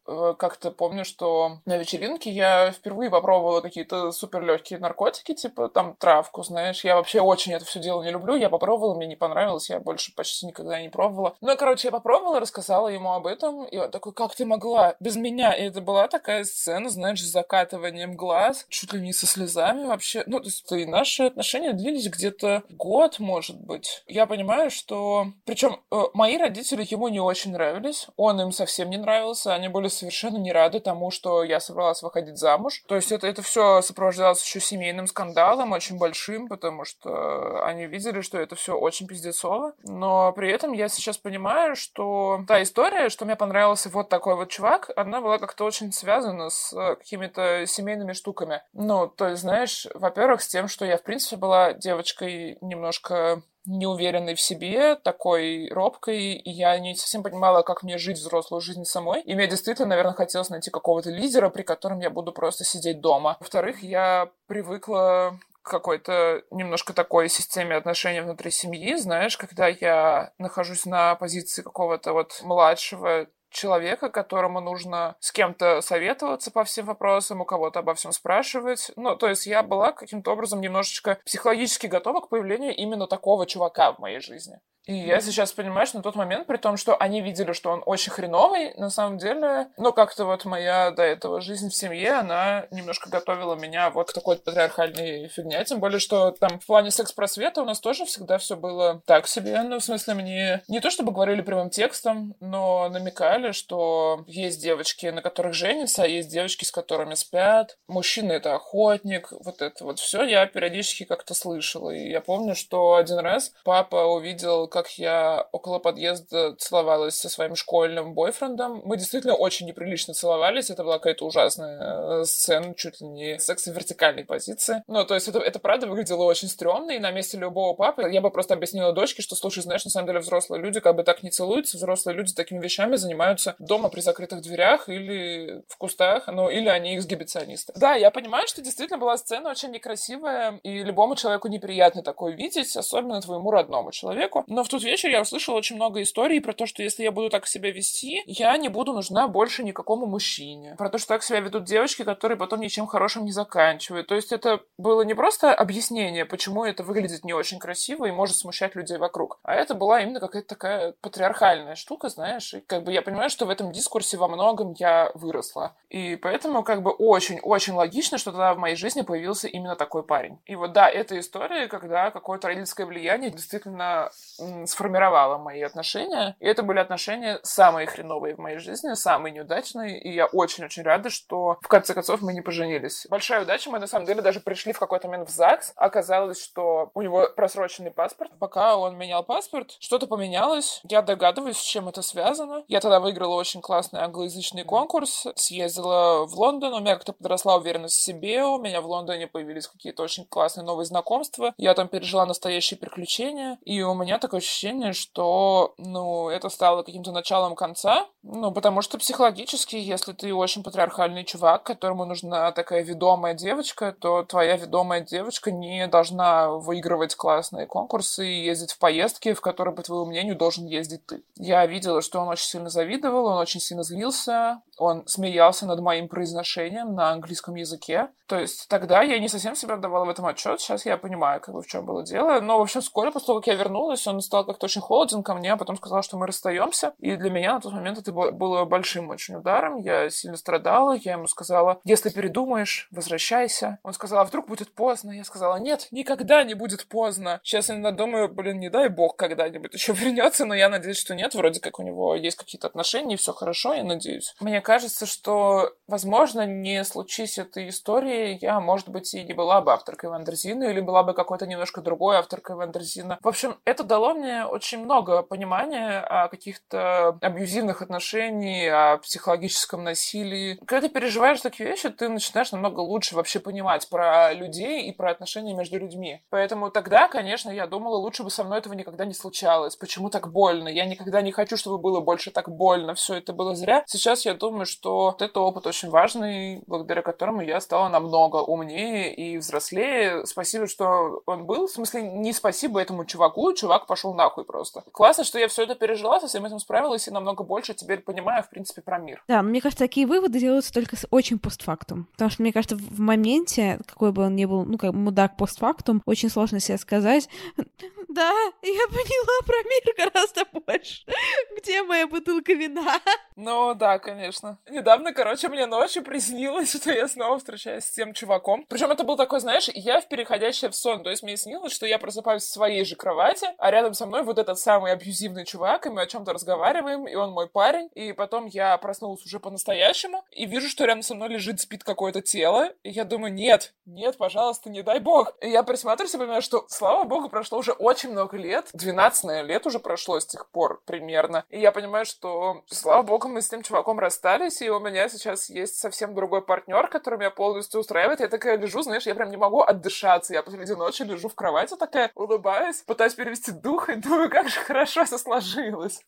как-то помню, что на вечеринке я впервые попробовала какие-то супер легкие наркотики, типа там травку, знаешь. Я вообще очень это все дело не люблю. Я попробовала, мне не понравилось, я больше почти никогда не пробовала. Ну, короче, я попробовала, рассказала ему об этом, и он такой: как ты могла без меня? И это была такая сцена, знаешь, с закатыванием глаз, чуть ли не со слезами вообще. Ну, то есть и наши отношения длились где-то год, может быть. Я понимаю, что... Причем мои родители ему не очень нравились, он им совсем не нравился, они были совершенно не рады тому, что я собралась выходить замуж. То есть это все сопровождалось еще семейным скандалом, очень большим, потому что они видели, что это все очень пиздецово. Но при этом я сейчас понимаю, что та история, что мне понравился вот такой вот чувак, она была как-то очень связана с какими-то семейными штуками. Ну, то есть, знаешь, во-первых, с тем, что я, в принципе, была девочкой немножко неуверенной в себе, такой робкой, и я не совсем понимала, как мне жить взрослую жизнь самой. И мне действительно, наверное, хотелось найти какого-то лидера, при котором я буду просто сидеть дома. Во-вторых, я привыкла к какой-то немножко такой системе отношений внутри семьи, знаешь, когда я нахожусь на позиции какого-то вот младшего человека, которому нужно с кем-то советоваться по всем вопросам, у кого-то обо всем спрашивать. Ну, то есть я была каким-то образом немножечко психологически готова к появлению именно такого чувака в моей жизни. И я сейчас понимаю, что на тот момент, при том, что они видели, что он очень хреновый, на самом деле, ну, как-то вот моя до этого жизнь в семье, она немножко готовила меня вот к такой патриархальной фигне. Тем более, что там в плане секс-просвета у нас тоже всегда все было так себе. Ну, в смысле, мне не то чтобы говорили прямым текстом, но намекали, что есть девочки, на которых женятся, а есть девочки, с которыми спят. Мужчина — это охотник. Вот это вот все я периодически как-то слышала. И я помню, что один раз папа увидел, как я около подъезда целовалась со своим школьным бойфрендом. Мы действительно очень неприлично целовались. Это была какая-то ужасная сцена, чуть ли не секс в вертикальной позиции. Ну, то есть это правда выглядело очень стрёмно, и на месте любого папы я бы просто объяснила дочке, что, слушай, знаешь, на самом деле взрослые люди как бы так не целуются, взрослые люди такими вещами занимаются дома при закрытых дверях или в кустах, ну, или они эксгибиционисты. Да, я понимаю, что действительно была сцена очень некрасивая, и любому человеку неприятно такое видеть, особенно твоему родному человеку. Но в тот вечер я услышала очень много историй про то, что если я буду так себя вести, я не буду нужна больше никакому мужчине. Про то, что так себя ведут девочки, которые потом ничем хорошим не заканчивают. То есть это было не просто объяснение, почему это выглядит не очень красиво и может смущать людей вокруг, а это была именно какая-то такая патриархальная штука, знаешь. И как бы я понимаю, что в этом дискурсе во многом я выросла. И поэтому как бы очень-очень логично, что тогда в моей жизни появился именно такой парень. И вот да, эта история, когда какое-то родительское влияние действительно сформировало мои отношения. И это были отношения самые хреновые в моей жизни, самые неудачные. И я очень-очень рада, что в конце концов мы не поженились. Большая удача. Мы на самом деле даже пришли в какой-то момент в ЗАГС. Оказалось, что у него просроченный паспорт. Пока он менял паспорт, что-то поменялось. Я догадываюсь, с чем это связано. Я тогда выиграла очень классный англоязычный конкурс. Съездила в Лондон. У меня как-то подросла уверенность в себе. У меня в Лондоне появились какие-то очень классные новые знакомства. Я там пережила настоящие приключения. И у меня такое ощущение, что, это стало каким-то началом конца. Потому что психологически, если ты очень патриархальный чувак, которому нужна такая ведомая девочка, то твоя ведомая девочка не должна выигрывать классные конкурсы и ездить в поездки, в которые, по твоему мнению, должен ездить ты. Я видела, что он очень сильно завидовал, он очень сильно злился, он смеялся над моим произношением на английском языке. То есть тогда я не совсем себе отдавала в этом отчет. Сейчас я понимаю, в чем было дело. Но, в общем, вскоре после того, как я вернулась, он стал как-то очень холоден ко мне, а потом сказал, что мы расстаемся. И для меня на тот момент это было большим очень ударом. Я сильно страдала. Я ему сказала: если передумаешь, возвращайся. Он сказал: а вдруг будет поздно? Я сказала: нет, никогда не будет поздно. Сейчас я иногда думаю, не дай бог когда-нибудь еще вернется, но я надеюсь, что нет. Вроде как у него есть какие-то отношения, и все хорошо, я надеюсь. Мне кажется, что, возможно, не случись этой истории, я, может быть, и не была бы авторкой Вандерзина, или была бы какой-то немножко другой авторкой Вандерзина. В общем, это дало мне очень много понимания о каких-то абьюзивных отношениях, о психологическом насилии. Когда ты переживаешь такие вещи, ты начинаешь намного лучше вообще понимать про людей и про отношения между людьми. Поэтому тогда, конечно, я думала, лучше бы со мной этого никогда не случалось. Почему так больно? Я никогда не хочу, чтобы было больше так больно. Все это было зря. Сейчас я думаю, думаю, что вот это опыт очень важный, благодаря которому я стала намного умнее и взрослее. Спасибо, что он был. В смысле, не спасибо этому чуваку, чувак пошел нахуй просто. Классно, что я все это пережила, со всем этим справилась и намного больше теперь понимаю, в принципе, про мир. Да, но мне кажется, такие выводы делаются только с очень постфактум. Потому что, мне кажется, в моменте, какой бы он ни был, ну, как мудак постфактум, очень сложно себе сказать: да, я поняла про мир гораздо больше. Где моя бутылка вина? Ну, да, конечно. Недавно, мне ночью приснилось, что я снова встречаюсь с тем чуваком. Причем это был такой, знаешь, я в переходящее в сон. То есть мне снилось, что я просыпаюсь в своей же кровати, а рядом со мной вот этот самый абьюзивный чувак, и мы о чем-то разговариваем, и он мой парень. И потом я проснулась уже по-настоящему, и вижу, что рядом со мной лежит, спит какое-то тело. И я думаю, нет, пожалуйста, не дай бог. И я присматриваюсь и понимаю, что, слава богу, прошло уже очень много лет. 12, наверное, лет уже прошло с тех пор примерно. И я понимаю, что, слава богу, мы с тем чуваком расстались, и у меня сейчас есть совсем другой партнер, который меня полностью устраивает. Я такая лежу, знаешь, я прям не могу отдышаться. Я посреди ночи лежу в кровати такая, улыбаюсь, пытаюсь перевести дух, и думаю, как же хорошо все сложилось.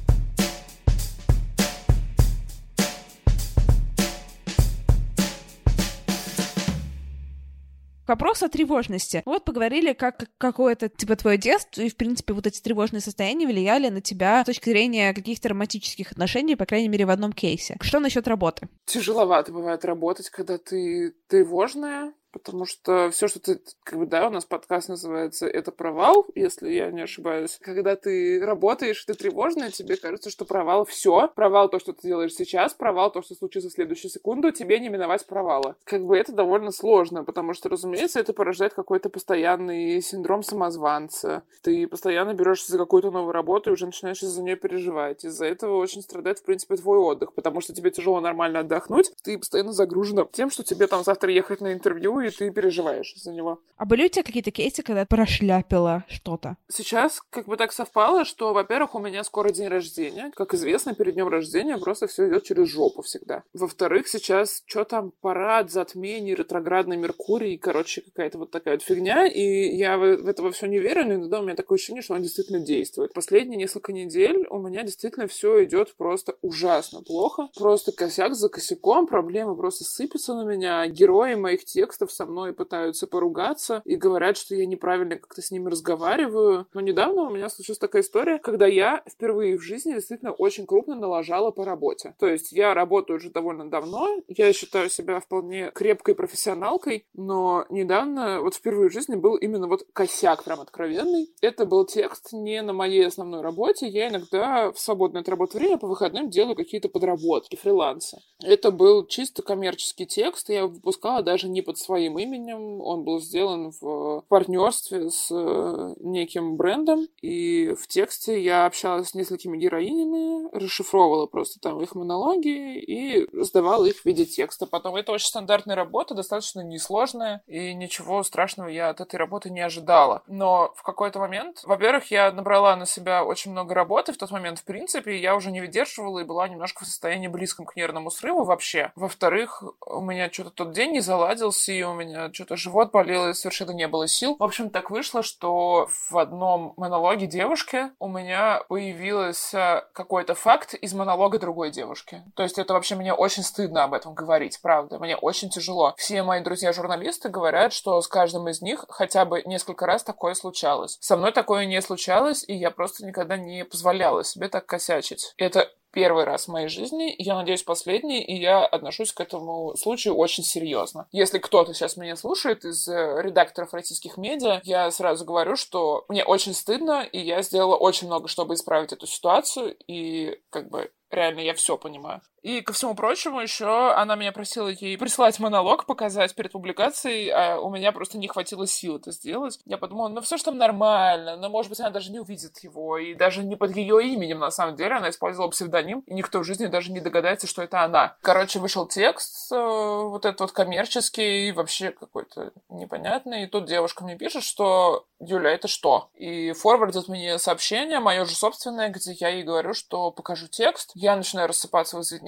Вопрос о тревожности. Вот поговорили, как какое-то, типа, твое детство, и, в принципе, вот эти тревожные состояния влияли на тебя с точки зрения каких-то романтических отношений, по крайней мере, в одном кейсе. Что насчет работы? Тяжеловато бывает работать, когда ты тревожная, потому что все, что ты, у нас подкаст называется «Это провал», если я не ошибаюсь. Когда ты работаешь, ты тревожная, тебе кажется, что провал все. Провал то, что ты делаешь сейчас, провал то, что случится в следующую секунду, тебе не миновать провала. Это довольно сложно, потому что, разумеется, это порождает какой-то постоянный синдром самозванца. Ты постоянно берешься за какую-то новую работу и уже начинаешь из-за нее переживать. Из-за этого очень страдает, в принципе, твой отдых, потому что тебе тяжело нормально отдохнуть. Ты постоянно загружена тем, что тебе там завтра ехать на интервью, и ты переживаешь из-за него. А были у тебя какие-то кейсы, когда прошляпила что-то? Сейчас так совпало, что, во-первых, у меня скоро день рождения. Как известно, перед днем рождения просто все идет через жопу всегда. Во-вторых, сейчас что там, парад, затмение, ретроградный Меркурий, какая-то вот такая вот фигня, и я в это все не верю, но иногда у меня такое ощущение, что он действительно действует. Последние несколько недель у меня действительно все идет просто ужасно плохо. Просто косяк за косяком, проблемы просто сыпятся на меня, герои моих текстов со мной пытаются поругаться и говорят, что я неправильно как-то с ними разговариваю. Но недавно у меня случилась такая история, когда я впервые в жизни действительно очень крупно налажала по работе. То есть я работаю уже довольно давно, я считаю себя вполне крепкой профессионалкой, но недавно впервые в жизни был именно косяк прям откровенный. Это был текст не на моей основной работе, я иногда в свободное от работы время по выходным делаю какие-то подработки, фрилансы. Это был чисто коммерческий текст, я его выпускала даже не под своим именем, он был сделан в партнерстве с неким брендом, и в тексте я общалась с несколькими героинями, расшифровывала просто там их монологи и сдавала их в виде текста. Потом это очень стандартная работа, достаточно несложная, и ничего страшного я от этой работы не ожидала. Но в какой-то момент, во-первых, я набрала на себя очень много работы в тот момент, в принципе, я уже не выдерживала и была немножко в состоянии близком к нервному срыву вообще. Во-вторых, у меня что-то тот день не заладился, и у меня что-то живот болел, и совершенно не было сил. В общем, так вышло, что в одном монологе девушки у меня появился какой-то факт из монолога другой девушки. То есть это вообще мне очень стыдно об этом говорить, правда. Мне очень тяжело. Все мои друзья-журналисты говорят, что с каждым из них хотя бы несколько раз такое случалось. Со мной такое не случалось, и я просто никогда не позволяла себе так косячить. Это первый раз в моей жизни, я надеюсь, последний, и я отношусь к этому случаю очень серьезно. Если кто-то сейчас меня слушает из редакторов российских медиа, я сразу говорю, что мне очень стыдно, и я сделала очень много, чтобы исправить эту ситуацию, и реально я все понимаю. И, ко всему прочему, еще она меня просила ей прислать монолог, показать перед публикацией, а у меня просто не хватило сил это сделать. Я подумала, все же там нормально, но, может быть, она даже не увидит его, и даже не под ее именем, на самом деле, она использовала псевдоним, и никто в жизни даже не догадается, что это она. Вышел текст, этот коммерческий, вообще какой-то непонятный, и тут девушка мне пишет, что «Юля, это что?» И форвардит мне сообщение, мое же собственное, где я ей говорю, что покажу текст. Я начинаю рассыпаться в извинениях,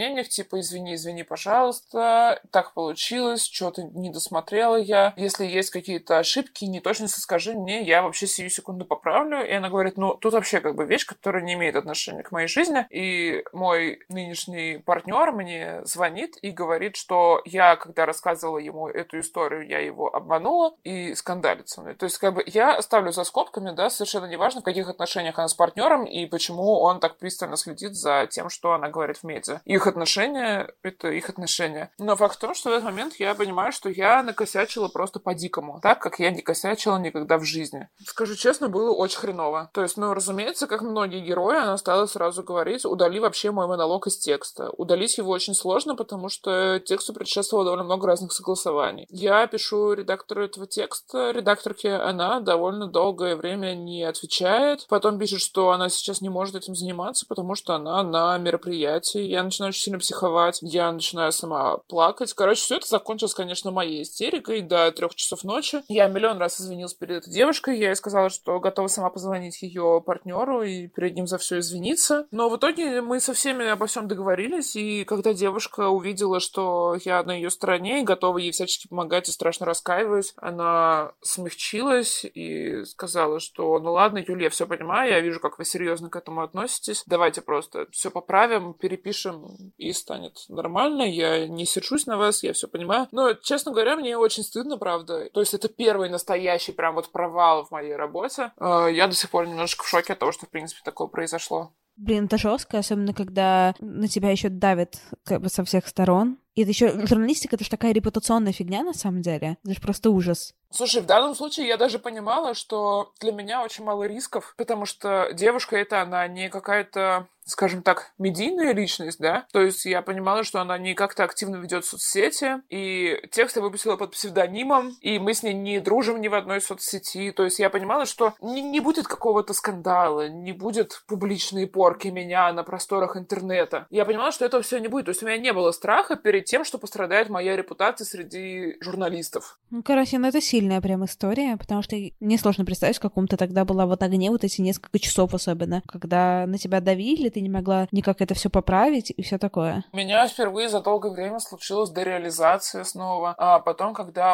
извинениях, типа, извини, пожалуйста, так получилось, что-то не досмотрела я. Если есть какие-то ошибки, неточности, скажи мне, я вообще сию секунду поправлю. И она говорит, ну, тут вообще как бы вещь, которая не имеет отношения к моей жизни. И мой нынешний партнер мне звонит и говорит, что я, когда рассказывала ему эту историю, я его обманула и скандалит со мной. То есть, как бы, я оставлю за скобками, да, совершенно неважно, в каких отношениях она с партнером и почему он так пристально следит за тем, что она говорит в медиа. Их отношения — это их отношения. Но факт в том, что в этот момент я понимаю, что я накосячила просто по-дикому, так, как я не косячила никогда в жизни. Скажу честно, было очень хреново. То есть, ну, разумеется, как многие герои, она стала сразу говорить, удали вообще мой монолог из текста. Удалить его очень сложно, потому что тексту предшествовало довольно много разных согласований. Я пишу редактору этого текста, редакторке она довольно долгое время не отвечает. Потом пишет, что она сейчас не может этим заниматься, потому что она на мероприятии. Я начинаю очень сильно психовать. Я начинаю сама плакать. Короче, все это закончилось, конечно, моей истерикой до 3 часов ночи. Я миллион раз извинилась перед этой девушкой. Я ей сказала, что готова сама позвонить ее партнеру и перед ним за все извиниться. Но в итоге мы со всеми обо всем договорились. И когда девушка увидела, что я на ее стороне и готова ей всячески помогать и страшно раскаиваюсь, она смягчилась и сказала, что ну ладно, Юлия, я все понимаю, я вижу, как вы серьезно к этому относитесь. Давайте просто все поправим, перепишем, и станет нормально. Я не сержусь на вас, я все понимаю. Но, честно говоря, мне очень стыдно, правда. То есть это первый настоящий прям вот провал в моей работе. Я до сих пор немножко в шоке от того, что, в принципе, такое произошло. Блин, это жестко, особенно когда на тебя еще давят как бы со всех сторон. И это еще журналистика, это же такая репутационная фигня на самом деле. Это же просто ужас. Слушай, в данном случае я даже понимала, что для меня очень мало рисков, потому что девушка эта, она не какая-то, скажем так, медийная личность, да? То есть я понимала, что она не как-то активно ведет соцсети, и текст я выпустила под псевдонимом, и мы с ней не дружим ни в одной соцсети. То есть я понимала, что не будет какого-то скандала, не будет публичной порки меня на просторах интернета. Я понимала, что этого все не будет. То есть у меня не было страха перед тем, что пострадает моя репутация среди журналистов. Ну, короче, ну это сильная прям история, потому что мне сложно представить, в каком ты тогда была в огне вот эти несколько часов особенно, когда на тебя давили, ты не могла никак это все поправить и все такое. У меня впервые за долгое время случилась дереализация снова, а потом, когда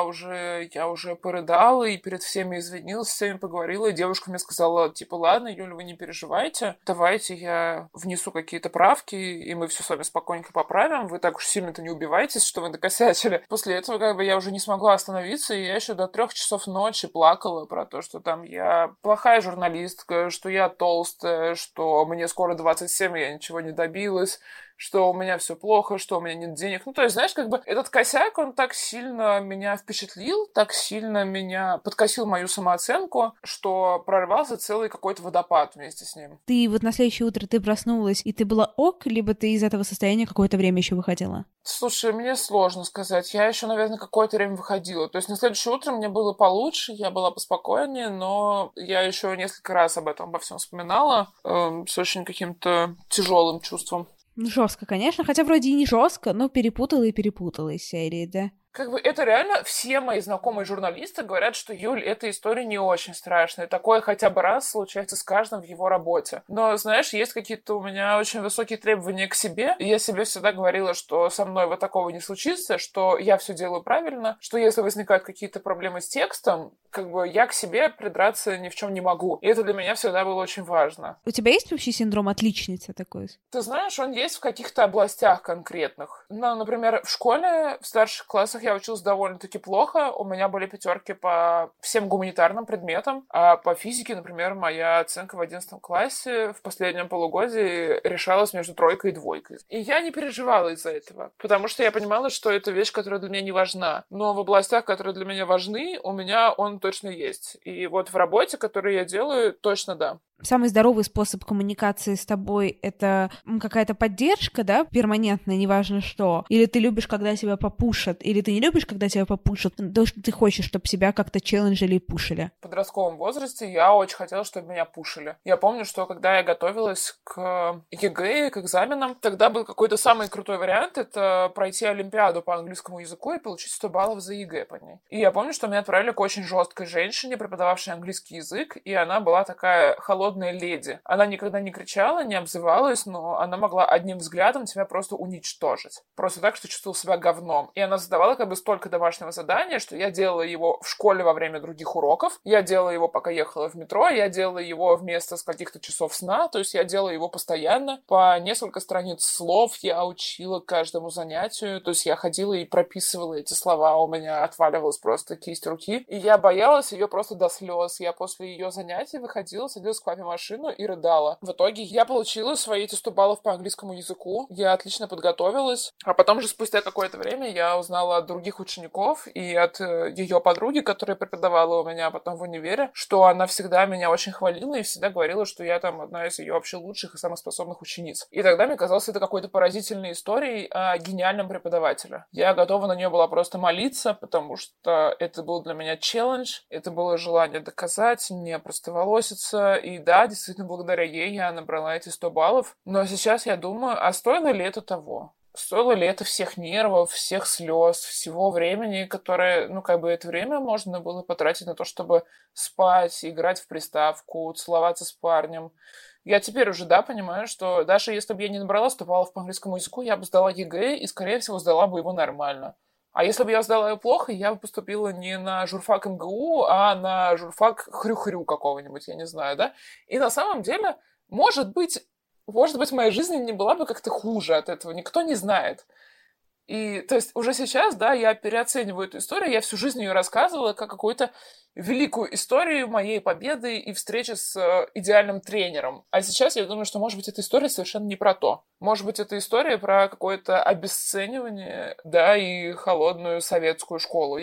я уже порыдала и перед всеми извинилась, с всеми поговорила, и девушка мне сказала, типа, ладно, Юля, вы не переживайте, давайте я внесу какие-то правки, и мы все с вами спокойненько поправим, вы так уж сильно-то не убивайтесь, что вы накосячили. После этого как бы я уже не смогла остановиться, и я еще до 3 часов ночи плакала про то, что там я плохая журналистка, что я толстая, что мне скоро 27, я ничего не добилась, что у меня все плохо, что у меня нет денег. Ну, то есть, знаешь, как бы этот косяк, он так сильно меня впечатлил, так сильно меня подкосил мою самооценку, что прорвался целый какой-то водопад вместе с ним. Ты вот на следующее утро ты проснулась, и ты была ок, либо ты из этого состояния какое-то время еще выходила? Слушай, мне сложно сказать. Я еще, наверное, какое-то время выходила. То есть на следующее утро мне было получше, я была поспокойнее, но я еще несколько раз обо всем вспоминала с очень каким-то тяжелым чувством. Жестко, конечно, хотя вроде и не жестко, но перепутала из серии, да. Как бы это реально все мои знакомые журналисты говорят, что, Юль, эта история не очень страшная. Такое хотя бы раз случается с каждым в его работе. Но, знаешь, есть какие-то у меня очень высокие требования к себе. И я себе всегда говорила, что со мной вот такого не случится, что я все делаю правильно, что если возникают какие-то проблемы с текстом, как бы я к себе придраться ни в чем не могу. И это для меня всегда было очень важно. У тебя есть вообще синдром отличницы такой? Ты знаешь, он есть в каких-то областях конкретных. Ну, например, в школе, в старших классах я училась довольно-таки плохо. У меня были 5 по всем гуманитарным предметам. А по физике, например, моя оценка в 11 классе в последнем полугодии решалась между 3 и 2. И я не переживала из-за этого, потому что я понимала, что это вещь, которая для меня не важна. Но в областях, которые для меня важны, у меня он точно есть. И вот в работе, которую я делаю, точно да. Самый здоровый способ коммуникации с тобой — это какая-то поддержка, да, перманентная, неважно что. Или ты любишь, когда тебя попушат, или ты не любишь, когда тебя попушат, то, что ты хочешь, чтобы себя как-то челленджили и пушили. В подростковом возрасте я очень хотела, чтобы меня пушили. Я помню, что когда я готовилась к ЕГЭ, к экзаменам, тогда был какой-то самый крутой вариант — это пройти олимпиаду по английскому языку и получить 100 баллов за ЕГЭ по ней. И я помню, что меня отправили к очень жесткой женщине, преподававшей английский язык, и она была такая холодная холодная леди. Она никогда не кричала, не обзывалась, но она могла одним взглядом тебя просто уничтожить. Просто так, что чувствовал себя говном. И она задавала как бы столько домашнего задания, что я делала его в школе во время других уроков, я делала его, пока ехала в метро, я делала его вместо каких-то часов сна, то есть я делала его постоянно. По несколько страниц слов я учила каждому занятию, то есть я ходила и прописывала эти слова, у меня отваливалась просто кисть руки, и я боялась ее просто до слез. Я после ее занятий выходила, садилась к папе в машину и рыдала. В итоге я получила свои эти 100 баллов по английскому языку, я отлично подготовилась, а потом же спустя какое-то время я узнала от других учеников и от ее подруги, которая преподавала у меня потом в универе, что она всегда меня очень хвалила и всегда говорила, что я там одна из ее вообще лучших и самых способных учениц. И тогда мне казалось, это какой-то поразительной историей о гениальном преподавателе. Я готова на нее была просто молиться, потому что это был для меня челлендж, это было желание доказать, не простоволоситься, и да, действительно, благодаря ей я набрала эти 100 баллов. Но сейчас я думаю, а стоило ли это того? Стоило ли это всех нервов, всех слез, всего времени, которое, это время можно было потратить на то, чтобы спать, играть в приставку, целоваться с парнем. Я теперь уже, понимаю, что даже если бы я не набрала 100 баллов по английскому языку, я бы сдала ЕГЭ и, скорее всего, сдала бы его нормально. А если бы я сдала ее плохо, я бы поступила не на журфак МГУ, а на журфак хрю-хрю какого-нибудь, я не знаю, да? И на самом деле, может быть, моя жизнь не была бы как-то хуже от этого, никто не знает. И, то есть, уже сейчас, я переоцениваю эту историю, я всю жизнь ее рассказывала как какую-то великую историю моей победы и встречи с идеальным тренером. А сейчас я думаю, что, может быть, эта история совершенно не про то. Может быть, это история про какое-то обесценивание, и холодную советскую школу.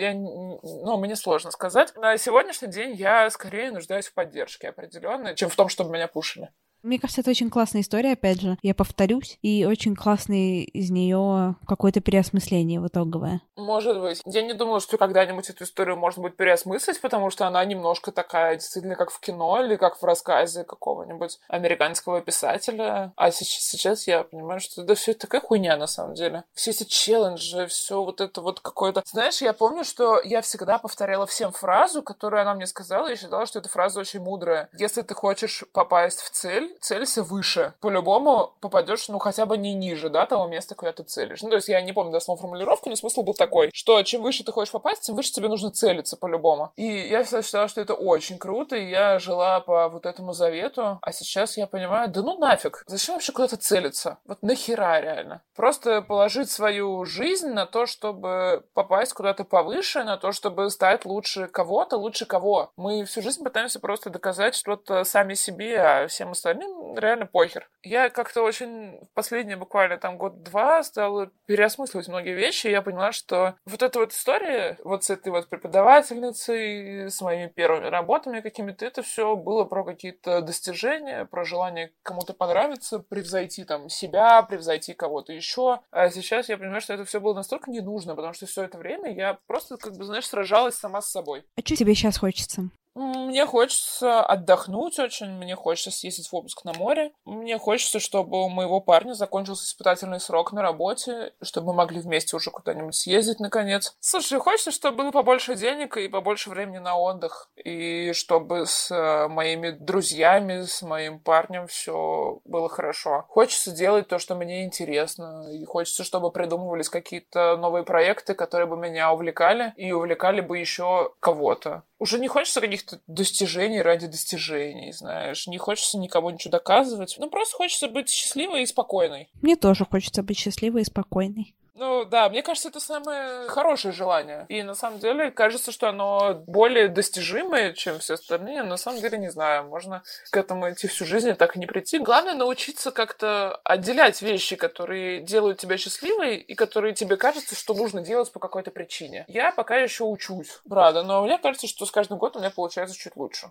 Мне сложно сказать. На сегодняшний день я скорее нуждаюсь в поддержке определенной, чем в том, чтобы меня пушили. Мне кажется, это очень классная история, опять же. Я повторюсь, и очень классный из нее какое-то переосмысление в итоговое. Может быть. Я не думала, что когда-нибудь эту историю можно будет переосмыслить, потому что она немножко такая, действительно, как в кино или как в рассказе какого-нибудь американского писателя. А сейчас я понимаю, что все это такая хуйня на самом деле. Все эти челленджи, все вот это вот какое-то... Знаешь, я помню, что я всегда повторяла всем фразу, которую она мне сказала, и считала, что эта фраза очень мудрая. Если ты хочешь попасть в цель, целься выше. По-любому попадешь, хотя бы не ниже, того места, куда ты целишь. То есть я не помню дословно формулировку, но смысл был такой, что чем выше ты хочешь попасть, тем выше тебе нужно целиться по-любому. И я всегда считала, что это очень круто, и я жила по вот этому завету, а сейчас я понимаю, нафиг, зачем вообще куда-то целиться? Вот нахера реально? Просто положить свою жизнь на то, чтобы попасть куда-то повыше, на то, чтобы стать лучше кого-то, лучше кого. Мы всю жизнь пытаемся просто доказать что-то сами себе, а всем остальным реально похер. Я как-то очень в последние буквально год-два стала переосмысливать многие вещи, и я поняла, что вот эта вот история вот с этой вот преподавательницей, с моими первыми работами какими-то, это все было про какие-то достижения, про желание кому-то понравиться, превзойти себя, превзойти кого-то еще. А сейчас я понимаю, что это все было настолько не нужно, потому что все это время я просто, сражалась сама с собой. А что тебе сейчас хочется? Мне хочется отдохнуть очень, мне хочется съездить в отпуск на море. Мне хочется, чтобы у моего парня закончился испытательный срок на работе, чтобы мы могли вместе уже куда-нибудь съездить, наконец. Слушай, хочется, чтобы было побольше денег и побольше времени на отдых. И чтобы с моими друзьями, с моим парнем все было хорошо. Хочется делать то, что мне интересно. И хочется, чтобы придумывались какие-то новые проекты, которые бы меня увлекали. И увлекали бы еще кого-то. Уже не хочется каких-то достижений ради достижений, знаешь. Не хочется никому ничего доказывать. Просто хочется быть счастливой и спокойной. Мне тоже хочется быть счастливой и спокойной. Мне кажется, это самое хорошее желание. И на самом деле кажется, что оно более достижимое, чем все остальные. На самом деле не знаю, можно к этому идти всю жизнь и так и не прийти. Главное научиться как-то отделять вещи, которые делают тебя счастливой и которые тебе кажется, что нужно делать по какой-то причине. Я пока еще учусь, правда, но мне кажется, что с каждым годом у меня получается чуть лучше.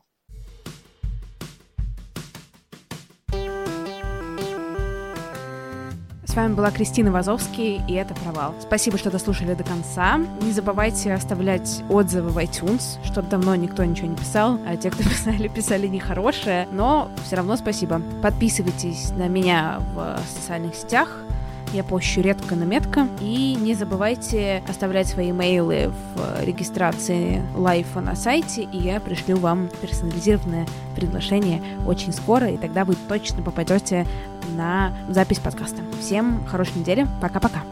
С вами была Кристина Вазовский, и это «Провал». Спасибо, что дослушали до конца. Не забывайте оставлять отзывы в iTunes. Что-то давно никто ничего не писал, а те, кто писали нехорошее, но все равно спасибо. Подписывайтесь на меня в социальных сетях. Я пощу редко, но метко. И не забывайте оставлять свои имейлы в регистрации лайфа на сайте, и я пришлю вам персонализированное приглашение очень скоро, и тогда вы точно попадете на запись подкаста. Всем хорошей недели. Пока-пока.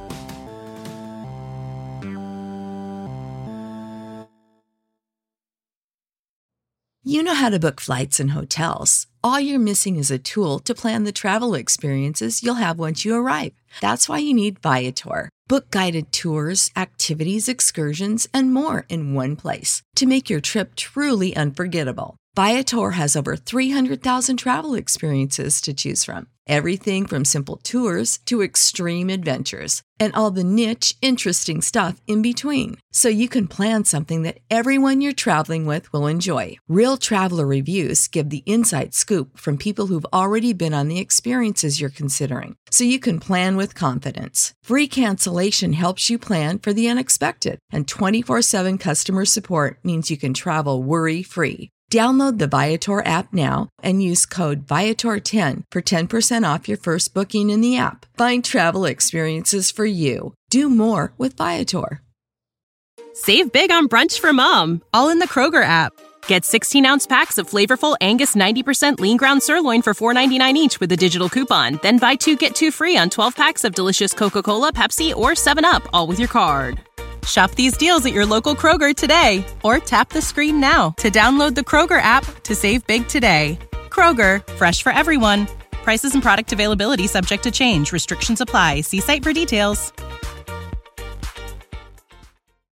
You know how to book flights and hotels. All you're missing is a tool to plan the travel experiences you'll have once you arrive. That's why you need Viator. Book guided tours, activities, excursions, and more in one place to make your trip truly unforgettable. Viator has over 300,000 travel experiences to choose from. Everything from simple tours to extreme adventures and all the niche, interesting stuff in between. So you can plan something that everyone you're traveling with will enjoy. Real traveler reviews give the inside scoop from people who've already been on the experiences you're considering. So you can plan with confidence. Free cancellation helps you plan for the unexpected. And 24/7 customer support means you can travel worry-free. Download the Viator app now and use code Viator10 for 10% off your first booking in the app. Find travel experiences for you. Do more with Viator. Save big on brunch for mom, all in the Kroger app. Get 16-ounce packs of flavorful Angus 90% lean ground sirloin for $4.99 each with a digital coupon. Then buy 2, get 2 free on 12 packs of delicious Coca-Cola, Pepsi, or 7-Up, all with your card. Shop these deals at your local Kroger today, or tap the screen now to download the Kroger app to save big today. Kroger, fresh for everyone. Prices and product availability subject to change. Restrictions apply. See site for details.